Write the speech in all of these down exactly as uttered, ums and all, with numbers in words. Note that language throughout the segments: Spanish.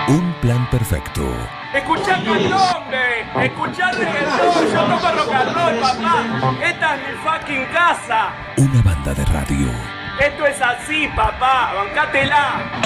Un plan perfecto. ¡Escuchá candombe! ¡Escuchá reggaetón! ¡Yo toco rock and roll, papá! ¡Esta es mi fucking casa! Una banda de radio. ¡Esto es así, papá! ¡Bancátela!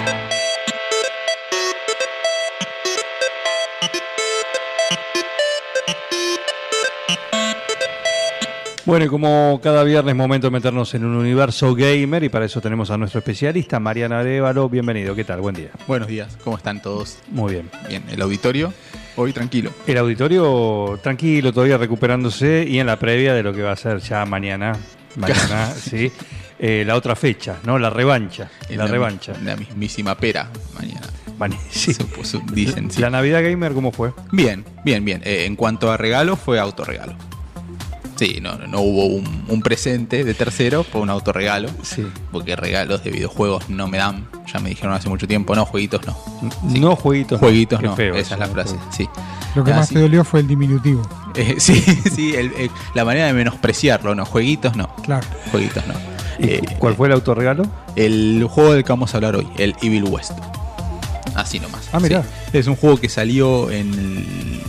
Bueno, y como cada viernes, momento de meternos en un universo gamer, y para eso tenemos a nuestro especialista, Mariano Arévalo. Bienvenido, ¿qué tal? Buen día. Buenos días, ¿cómo están todos? Muy bien. Bien, el auditorio, hoy tranquilo. El auditorio tranquilo, todavía recuperándose, y en la previa de lo que va a ser ya mañana, mañana, sí, eh, la otra fecha, ¿no? La revancha, la, la revancha. La mismísima pera, mañana. Vale, sí. Supuso, dicen, sí. ¿La Navidad Gamer cómo fue? Bien, bien, bien. Eh, en cuanto a regalo, fue autorregalo. Sí, no, no hubo un, un presente de tercero, fue un autorregalo. Sí. Porque regalos de videojuegos no me dan. Ya me dijeron hace mucho tiempo, no, jueguitos no. Sí. No, jueguitos Jueguitos no. no, Feo, esa es la frase, sí. Lo que Así. más te dolió fue el diminutivo. Eh, sí, sí, el, el, la manera de menospreciarlo, no, jueguitos no. Claro. Jueguitos no. ¿Y Eh, cuál fue el autorregalo? El juego del que vamos a hablar hoy, el Evil West. Así nomás. Ah, mirá. Sí. Es un juego que salió en,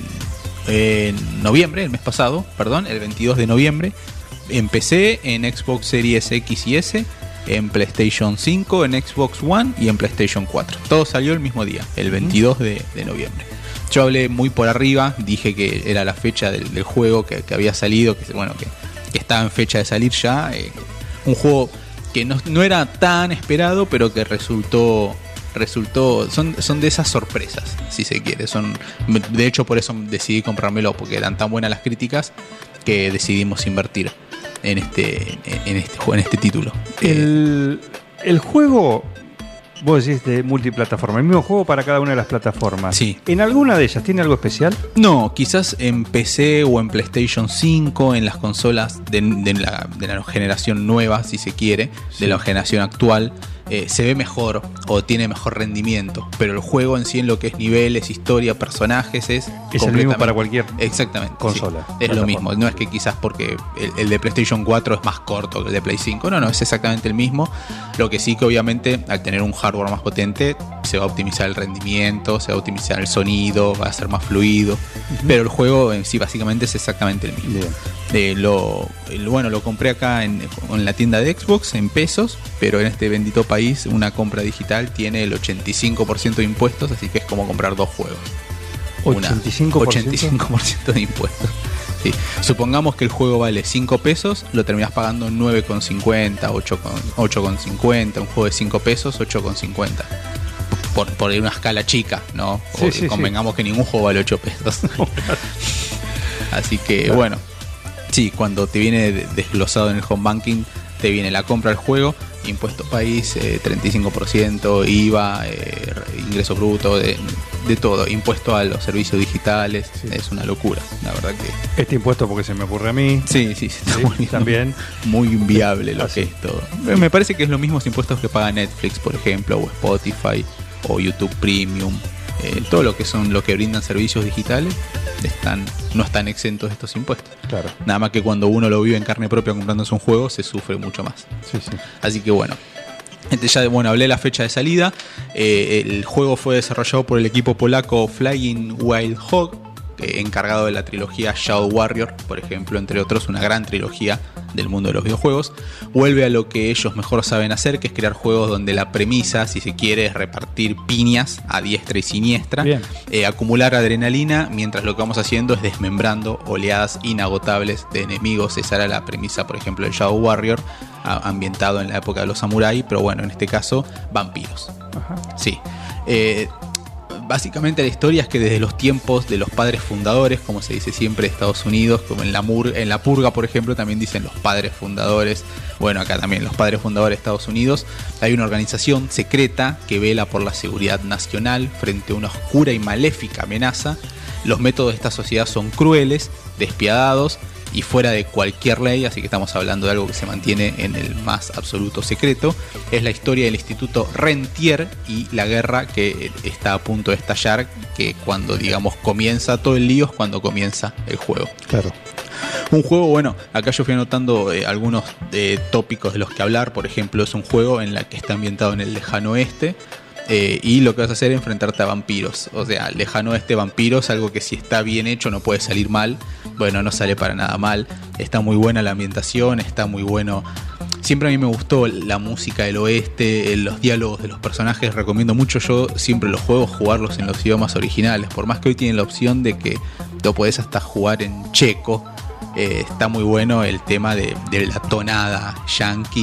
en noviembre, el mes pasado, perdón, el veintidós de noviembre. En P C, en Xbox Series X y S, en PlayStation cinco, en Xbox One y en PlayStation cuatro. Todo salió el mismo día, el veintidós de, de noviembre. Yo hablé muy por arriba, dije que era la fecha del, del juego que, que había salido, que bueno, que, que estaba en fecha de salir ya. Eh, un juego que no, no era tan esperado, pero que resultó resultó son, son de esas sorpresas, si se quiere. Son, de hecho, por eso decidí comprármelo, porque eran tan buenas las críticas que decidimos invertir en este en este juego, en este título. El, el juego, vos decís, de multiplataforma, el mismo juego para cada una de las plataformas. Sí. ¿En alguna de ellas tiene algo especial? No, quizás en P C o en PlayStation cinco, en las consolas de, de, la, de la generación nueva, si se quiere, Sí. de la generación actual, eh, se ve mejor o tiene mejor rendimiento. Pero el juego en sí, en lo que es niveles, historia, personajes, es Es el mismo para cualquier exactamente consola, sí. Es lo plataforma. mismo. No es que quizás porque el, el de PlayStation cuatro es más corto que el de Play cinco. No, no, es exactamente el mismo. Lo que sí que obviamente al tener un hardware más potente se va a optimizar el rendimiento, se va a optimizar el sonido, va a ser más fluido. Uh-huh. Pero el juego en sí básicamente es exactamente el mismo. Eh, lo, el, bueno, lo compré acá en, en la tienda de Xbox en pesos, pero en este bendito país una compra digital tiene el ochenta y cinco por ciento de impuestos, así que es como comprar dos juegos. ochenta y cinco por ciento. ochenta y cinco por ciento de impuestos. Sí. Supongamos que el juego vale cinco pesos, lo terminás pagando nueve con cincuenta, ocho con cincuenta, un juego de cinco pesos, ocho con cincuenta. Por, por una escala chica, ¿no? Sí, o sí, convengamos sí. que ningún juego vale ocho pesos. Así que, claro. Bueno, sí, cuando te viene desglosado en el home banking, te viene la compra del juego, impuesto país, eh, treinta y cinco por ciento, I V A, eh, ingreso bruto, de, de todo, impuesto a los servicios digitales. Sí. Es una locura, la verdad que... Este impuesto porque se me ocurre a mí. Sí, sí, sí, sí muy, también. Muy inviable lo que es todo. Me parece que es los mismos impuestos que paga Netflix, por ejemplo, o Spotify, o YouTube Premium. Eh, todo lo que son lo que brindan servicios digitales están no están exentos de estos impuestos. Claro. Nada más que cuando uno lo vive en carne propia comprándose un juego se sufre mucho más. Sí, sí. Así que bueno, este ya bueno hablé de la fecha de salida. Eh, el juego fue desarrollado por el equipo polaco Flying Wild Hog, eh, encargado de la trilogía Shadow Warrior, por ejemplo, entre otros, una gran trilogía del mundo de los videojuegos. Vuelve a lo que ellos mejor saben hacer, que es crear juegos donde la premisa, si se quiere, es repartir piñas a diestra y siniestra, eh, acumular adrenalina, mientras lo que vamos haciendo es desmembrando oleadas inagotables de enemigos. Esa era la premisa, por ejemplo, del Shadow Warrior, a, ambientado en la época de los samuráis, pero bueno, en este caso, vampiros. Ajá. Sí. Eh, Básicamente la historia es que desde los tiempos de los padres fundadores, como se dice siempre de Estados Unidos, como en la, mur- en la purga, por ejemplo, también dicen los padres fundadores. Bueno, acá también los padres fundadores de Estados Unidos. Hay una organización secreta que vela por la seguridad nacional frente a una oscura y maléfica amenaza. Los métodos de esta sociedad son crueles, despiadados y fuera de cualquier ley, así que estamos hablando de algo que se mantiene en el más absoluto secreto. Es la historia del Instituto Rentier y la guerra que está a punto de estallar, que cuando, digamos, comienza todo el lío es cuando comienza el juego. Claro. Un juego, bueno, acá yo fui anotando eh, algunos eh, tópicos de los que hablar. Por ejemplo, es un juego en el que está ambientado en el lejano oeste. Eh, y lo que vas a hacer es enfrentarte a vampiros. O sea, lejano oeste vampiros, algo que si está bien hecho no puede salir mal. Bueno, no sale para nada mal. Está muy buena la ambientación, está muy bueno. Siempre a mí me gustó la música del oeste, los diálogos de los personajes. Recomiendo mucho yo siempre los juegos jugarlos en los idiomas originales. Por más que hoy tienen la opción de que lo podés hasta jugar en checo. Eh, está muy bueno el tema de, de la tonada yankee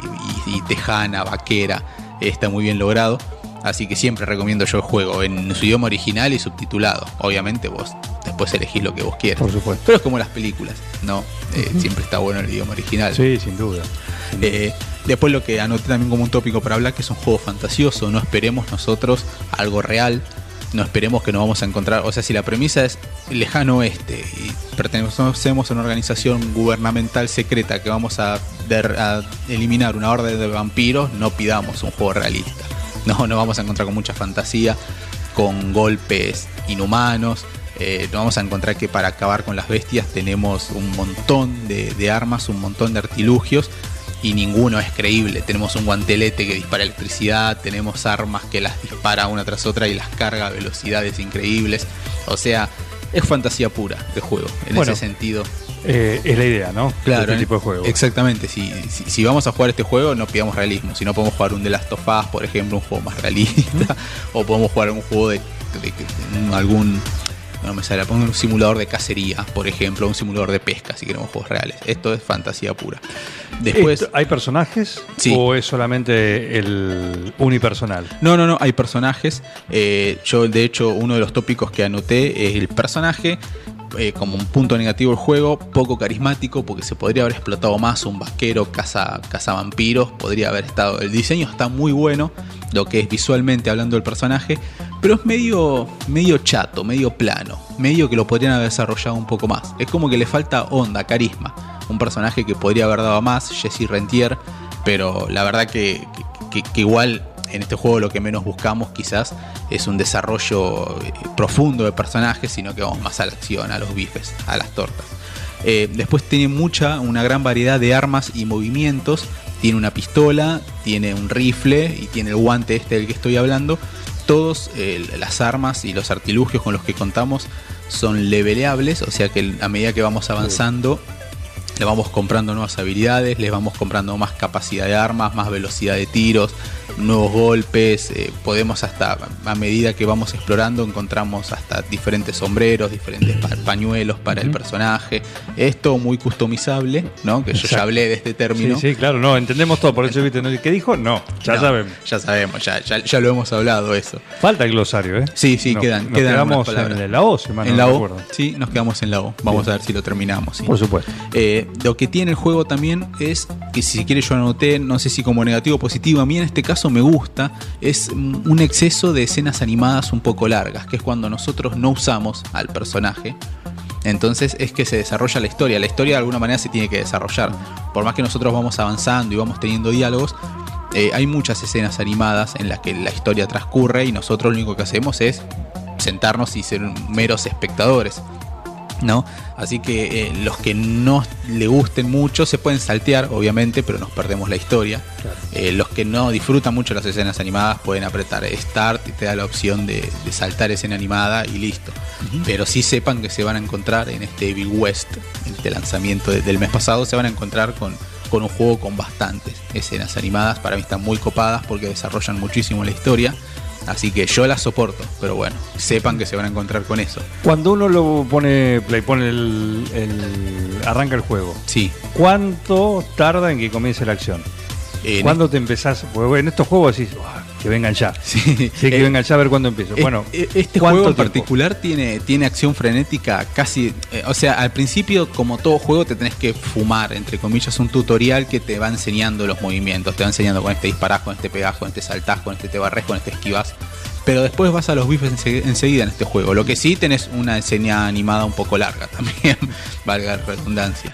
y, y, y tejana, vaquera. Eh, está muy bien logrado. Así que siempre recomiendo yo el juego en su idioma original y subtitulado. Obviamente vos después elegís lo que vos quieras. Por supuesto. Pero es como las películas, ¿no? Eh, uh-huh. Siempre está bueno el idioma original. Sí, sin duda. Sin duda. Eh, después lo que anoté también como un tópico para hablar, que es un juego fantasioso. No esperemos nosotros algo real. No esperemos que nos vamos a encontrar. O sea, si la premisa es lejano oeste y pertenecemos a una organización gubernamental secreta que vamos a, der, a eliminar una orden de vampiros, no pidamos un juego realista. No, nos vamos a encontrar con mucha fantasía, con golpes inhumanos. Eh, nos vamos a encontrar que para acabar con las bestias tenemos un montón de, de armas, un montón de artilugios y ninguno es creíble. Tenemos un guantelete que dispara electricidad, tenemos armas que las dispara una tras otra y las carga a velocidades increíbles. O sea, es fantasía pura de juego, en bueno, ese sentido. Eh, es la idea, ¿no? Claro, este tipo de juego. Exactamente. Si, si, si vamos a jugar este juego, no pidamos realismo. Si no, podemos jugar un The Last of Us, por ejemplo, un juego más realista. O podemos jugar un juego de, de, de, de algún. No me sale, pongo un simulador de cacería, por ejemplo, un simulador de pesca, si queremos juegos reales. Esto es fantasía pura. Después, ¿Esto, ¿hay personajes? Sí. ¿O es solamente el unipersonal? No, no, no, hay personajes. Eh, yo, de hecho, uno de los tópicos que anoté es el personaje. Eh, como un punto negativo del juego, poco carismático, porque se podría haber explotado más. Un vaquero caza, caza vampiros, podría haber estado. El diseño está muy bueno, lo que es visualmente hablando del personaje, pero es medio, medio chato, medio plano, medio que lo podrían haber desarrollado un poco más. Es como que le falta onda, carisma. Un personaje que podría haber dado más, Jesse Rentier, pero la verdad que, que, que igual en este juego lo que menos buscamos quizás es un desarrollo profundo de personajes, sino que vamos más a la acción, a los bifes, a las tortas. Eh, después tiene mucha, una gran variedad de armas y movimientos. Tiene una pistola, tiene un rifle y tiene el guante este del que estoy hablando. Todos eh, las armas y los artilugios con los que contamos son leveleables, o sea que a medida que vamos avanzando le vamos comprando nuevas habilidades, les vamos comprando más capacidad de armas, más velocidad de tiros, nuevos golpes. Eh, podemos hasta, a medida que vamos explorando, encontramos hasta diferentes sombreros, diferentes pa- pañuelos para uh-huh. el personaje. Esto muy customizable, ¿no? Que Exacto. yo ya hablé de este término. Sí, sí, claro, no, entendemos todo. Por eso, ¿viste? ¿Qué dijo? No, ya no, sabemos. Ya sabemos, ya, ya, ya lo hemos hablado eso. Falta el glosario, ¿eh? Sí, sí, no, quedan, nos quedan quedamos palabras. en la O, si mal en no la O, recuerdo. sí, nos quedamos en la O. Vamos Bien. a ver si lo terminamos. ¿Sí? Por supuesto. Eh, lo que tiene el juego también es que, si quiere, yo anoté, no sé si como negativo o positivo, a mí en este caso me gusta, es un exceso de escenas animadas un poco largas, que es cuando nosotros no usamos al personaje. Entonces es que se desarrolla la historia. La historia de alguna manera se tiene que desarrollar. Por más que nosotros vamos avanzando y vamos teniendo diálogos, eh, hay muchas escenas animadas en las que la historia transcurre y nosotros lo único que hacemos es sentarnos y ser meros espectadores, ¿no? Así que eh, los que no le gusten mucho se pueden saltear, obviamente, pero nos perdemos la historia. Claro. Eh, los que no disfrutan mucho las escenas animadas pueden apretar Start y te da la opción de, de saltar escena animada y listo. Uh-huh. Pero sí sepan que se van a encontrar en este Evil West, en este lanzamiento de, del mes pasado, se van a encontrar con, con un juego con bastantes escenas animadas. Para mí están muy copadas porque desarrollan muchísimo la historia. Así que yo la soporto, pero bueno, sepan que se van a encontrar con eso. Cuando uno lo pone play, pone el, el arranca el juego. Sí. ¿Cuánto tarda en que comience la acción? En ¿Cuándo este... te empezás? Porque en estos juegos decís, oh, que vengan ya. Sí, sí que eh, vengan ya a ver cuándo empiezo. Eh, bueno, este juego en tiempo? particular tiene, tiene acción frenética casi. Eh, o sea, al principio, como todo juego, te tenés que fumar, entre comillas, un tutorial que te va enseñando los movimientos. Te va enseñando con este disparás, con este pegás, con este saltás, con este te barres, con este esquivás. Pero después vas a los bifes enseguida en este juego. Lo que sí, tenés una escena animada un poco larga también, valga la redundancia.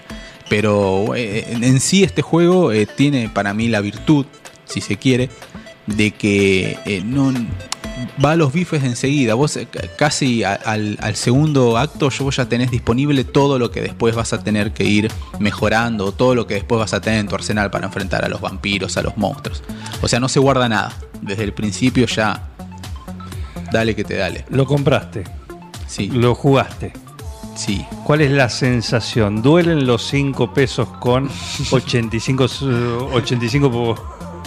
Pero eh, en sí este juego eh, tiene para mí la virtud, si se quiere, de que eh, no, va a los bifes enseguida. Vos eh, casi a, al, al segundo acto vos ya tenés disponible todo lo que después vas a tener que ir mejorando, todo lo que después vas a tener en tu arsenal para enfrentar a los vampiros, a los monstruos. O sea, no se guarda nada. Desde el principio ya dale que te dale. Lo compraste. Sí. Lo jugaste. Sí. ¿Cuál es la sensación? ¿Duelen los cinco pesos con ochenta y cinco, ochenta y cinco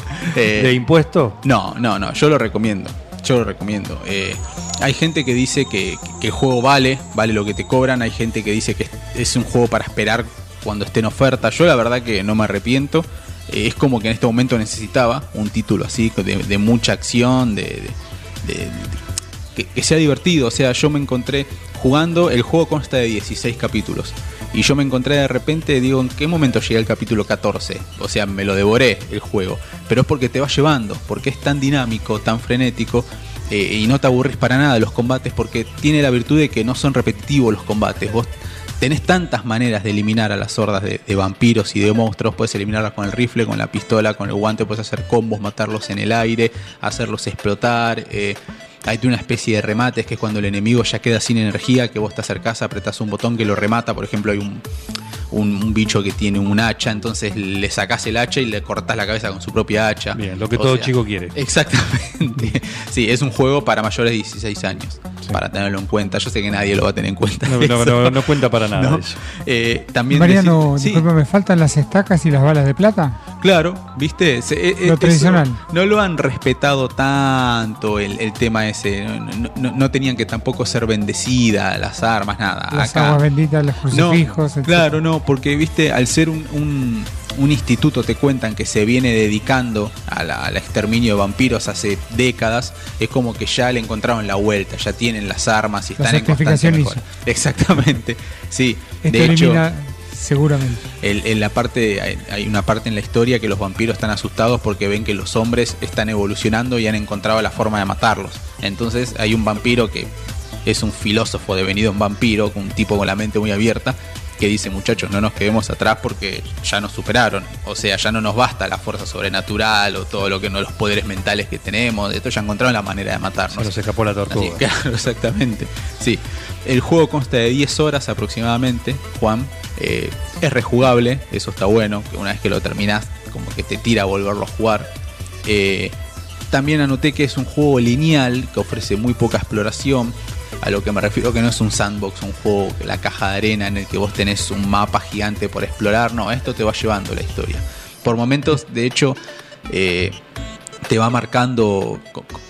Eh, de impuesto? No, no, no, yo lo recomiendo. Yo lo recomiendo. Eh, hay gente que dice que, que el juego vale, vale lo que te cobran. Hay gente que dice que es, es un juego para esperar cuando esté en oferta. Yo la verdad que no me arrepiento. Eh, es como que en este momento necesitaba un título así, de, de mucha acción, de, de, de, de que, que sea divertido. O sea, yo me encontré jugando, el juego consta de dieciséis capítulos. Y yo me encontré de repente, digo, ¿en qué momento llegué al capítulo catorce? O sea, me lo devoré el juego. Pero es porque te va llevando, porque es tan dinámico, tan frenético, eh, y no te aburrís para nada de los combates, porque tiene la virtud de que no son repetitivos los combates. Vos tenés tantas maneras de eliminar a las hordas de, de vampiros y de monstruos. Puedes eliminarlas con el rifle, con la pistola, con el guante. Puedes hacer combos, matarlos en el aire, hacerlos explotar. Eh, hay una especie de remates, que es cuando el enemigo ya queda sin energía, que vos te acercás, apretás un botón que lo remata. Por ejemplo, hay un, un, un bicho que tiene un hacha, entonces le sacás el hacha y le cortás la cabeza con su propia hacha. Bien, lo que o todo sea, chico quiere. Exactamente. Sí, es un juego para mayores de dieciséis años, sí, para tenerlo en cuenta. Yo sé que nadie lo va a tener en cuenta. No, no, no, no cuenta para nada. ¿No? Eso. Eh, también Mariano, decir, disculpa, sí, ¿me faltan las estacas y las balas de plata? claro, ¿viste? Se, eh, Lo eso, tradicional. no lo han respetado tanto el, el tema ese. No, no, no tenían que tampoco ser bendecidas las armas, nada. Las Acá, aguas benditas, los crucifijos, no, etcétera. claro, no, porque, viste, al ser un, un, un instituto, te cuentan que se viene dedicando a la, al exterminio de vampiros hace décadas, es como que ya le encontraron la vuelta, ya tienen las armas y La están en constante certificación mejora. Exactamente, sí. Esto De hecho, elimina seguramente. el- en la parte hay, hay una parte en la historia que los vampiros están asustados porque ven que los hombres están evolucionando y han encontrado la forma de matarlos. Entonces hay un vampiro que es un filósofo devenido en vampiro, un tipo con la mente muy abierta, que dice: muchachos, no nos quedemos atrás porque ya nos superaron. O sea, ya no nos basta la fuerza sobrenatural o todo lo que no, los poderes mentales que tenemos. Esto ya encontraron la manera de Se matarnos. nos escapó la Así, tortuga. claro, exactamente. Sí. El juego consta de diez horas aproximadamente, Juan. Eh, es rejugable, eso está bueno, que una vez que lo terminás, como que te tira a volverlo a jugar. Eh, también anoté que es un juego lineal, que ofrece muy poca exploración. A lo que me refiero que no es un sandbox, un juego, la caja de arena en el que vos tenés un mapa gigante por explorar. No, esto te va llevando la historia. Por momentos, de hecho, eh, te va marcando,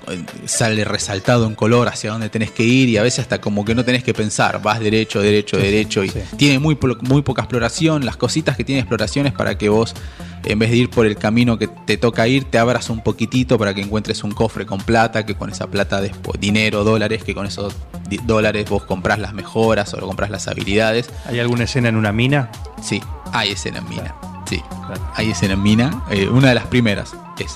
sale resaltado en color hacia dónde tenés que ir, y a veces hasta como que no tenés que pensar, vas derecho, derecho, derecho, y sí. tiene muy, po- muy poca exploración. Las cositas que tiene exploración es para que vos, en vez de ir por el camino que te toca ir, te abras un poquitito para que encuentres un cofre con plata, que con esa plata, después, dinero, dólares, que con esos di- dólares vos comprás las mejoras o comprás las habilidades. ¿Hay alguna escena en una mina? Sí, hay escena en mina. Sí, Claro. hay escena en mina. Eh, una de las primeras es.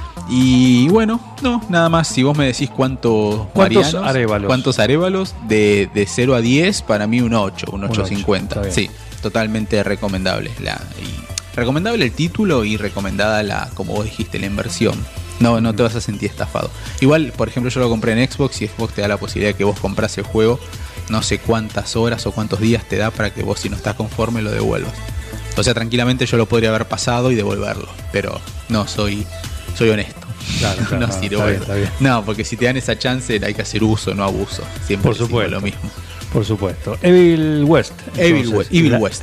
Y bueno, no, nada más. Si vos me decís cuántos ¿Cuántos marianos, arévalos? ¿Cuántos arévalos? De, de cero a diez, para mí un ocho, un Un ocho ocho, cincuenta. está Sí, totalmente recomendable. La, y recomendable el título y recomendada la, como vos dijiste, la inversión. No, no te vas a sentir estafado. Igual, por ejemplo, yo lo compré en Xbox y Xbox te da la posibilidad de que vos compras el juego. No sé cuántas horas o cuántos días te da para que vos, si no estás conforme, lo devuelvas. O sea, tranquilamente yo lo podría haber pasado y devolverlo, pero no, soy, soy honesto. Claro, claro, no, no, si está lo bien, vuelvo. está bien. No, porque si te dan esa chance hay que hacer uso, no abuso. Siempre Por decimos supuesto. lo mismo. Por supuesto. Evil West. Evil Entonces, West, Evil la, West.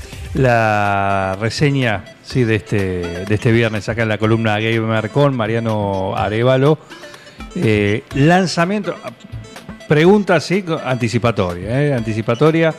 La reseña, sí, de este, de este viernes acá en la columna Gamer con Mariano Arévalo. Eh, lanzamiento, pregunta, sí, anticipatoria, ¿eh? Anticipatoria.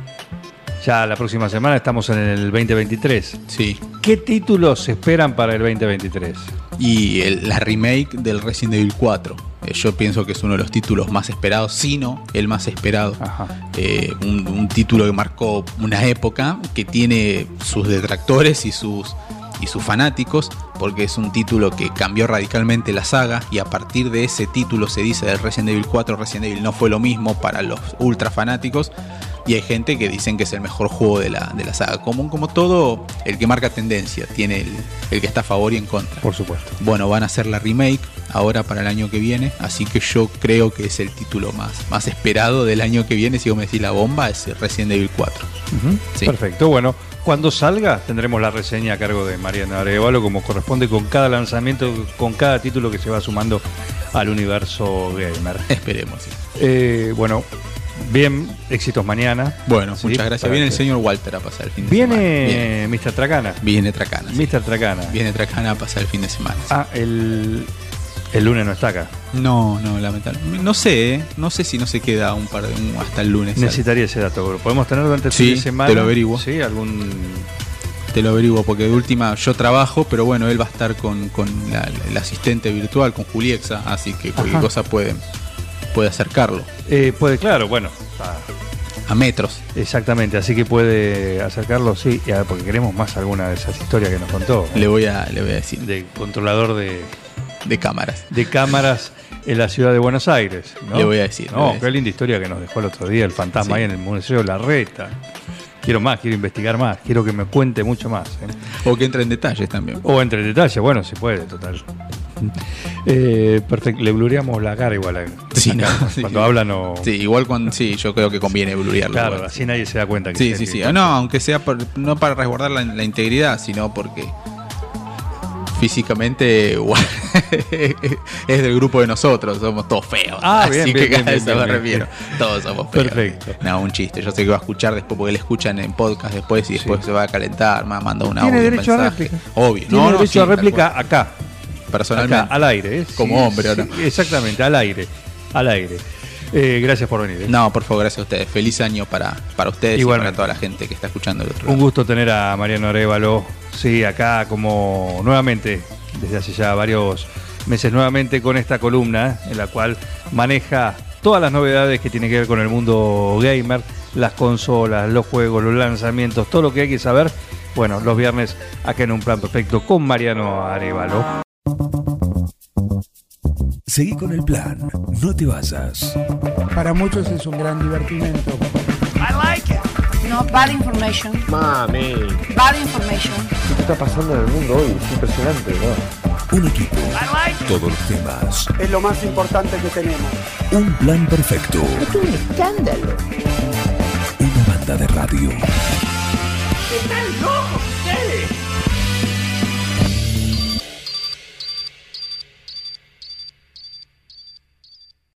Ya la próxima semana estamos en el veinte veintitrés. Sí. ¿Qué títulos se esperan para el veinte veintitrés? Y el- la remake del Resident Evil cuatro. Eh, yo pienso que es uno de los títulos más esperados, si no el más esperado. Ajá. Eh, un, un título que marcó una época, que tiene sus detractores y sus, y sus fanáticos, porque es un título que cambió radicalmente la saga, y a partir de ese título se dice del Resident Evil cuatro, Resident Evil no fue lo mismo para los ultra fanáticos. Y hay gente que dicen que es el mejor juego de la, de la saga. Como, como todo, el que marca tendencia tiene el, el que está a favor y en contra. Por supuesto. Bueno, van a hacer la remake ahora para el año que viene. Así que yo creo que es el título más, más esperado del año que viene. Si vos me decís la bomba, es Resident Evil cuatro. Uh-huh. Sí. Perfecto. Bueno, cuando salga tendremos la reseña a cargo de Mariano Arevalo, como corresponde con cada lanzamiento, con cada título que se va sumando al universo gamer. Esperemos, sí. Eh, bueno, bien, éxitos mañana. Bueno, Sí, muchas gracias. para Viene el que- señor Walter a pasar el fin de semana. Viene Viene, mister Tracana. viene Tracana. sí. mister Tracana. Viene Tracana a pasar el fin de semana. sí. Ah, el, el lunes no está acá. No, no, lamentablemente. No sé, ¿eh? No sé si no se queda un par de un- hasta el lunes. Necesitaría ese dato. ¿Lo podemos tener durante el Sí, fin de semana? te lo averiguo. Sí, algún... Te lo averiguo porque de última yo trabajo, pero bueno, él va a estar con, con la- el asistente virtual, con Juliexa, así que cualquier Ajá. cosa puede, puede acercarlo Eh, puede, claro, bueno. ah, a metros. exactamente, así que puede acercarlo, sí, y a- porque queremos más alguna de esas historias que nos contó. ¿no? Le voy a, le voy a decir. De controlador de, De cámaras. de cámaras en la ciudad de Buenos Aires. ¿no? Le voy a decir, le voy No, a decir. qué linda historia que nos dejó el otro día el fantasma Sí. ahí en el Museo Larreta. Quiero más, quiero investigar más, quiero que me cuente mucho más. ¿eh? O que entre en detalles también. O entre detalles, bueno, si puede, total. Eh, perfecto, le blureamos la cara igual. a- Sí, acá. no, sí. Cuando hablan o... Sí, igual cuando. Sí, yo creo que conviene blurearlo. Claro, igual. así nadie se da cuenta que Sí, sea sí, que- sí. No, aunque sea por- no para resguardar la, la integridad, sino porque físicamente igual es del grupo de nosotros, somos todos feos. Ah, así bien, que bien, bien, cada vez bien, me bien, refiero. bien. Todos somos feos. Perfecto. No, un chiste. Yo sé que va a escuchar después porque le escuchan en podcast después y después Sí. se va a calentar, me manda un Tiene audio, un derecho a mensaje. réplica. Obvio. Tiene no, no, derecho sí, a tal réplica cual. acá, Personalmente. acá, al aire. ¿eh? Como Sí, hombre, ¿o no? sí, exactamente, al aire, al aire. Eh, gracias por venir. ¿eh? No, por favor, gracias a ustedes. Feliz año para, para ustedes Igualmente. y para toda la gente que está escuchando el otro Un lado. gusto tener a Mariano Arevalo, sí, acá como nuevamente, desde hace ya varios meses, nuevamente con esta columna en la cual maneja todas las novedades que tienen que ver con el mundo gamer, las consolas, los juegos, los lanzamientos, todo lo que hay que saber. Bueno, los viernes acá en Un Plan Perfecto con Mariano Arevalo. Seguí con el plan, no te vayas. Para muchos es un gran divertimento. I like it. No, bad information. Mami, Bad information. ¿qué está pasando en el mundo hoy? Es impresionante, ¿no? Un equipo, I like it. todos los temas. Es lo más importante que tenemos. Un plan perfecto. Es un escándalo. Una banda de radio. ¡Están locos!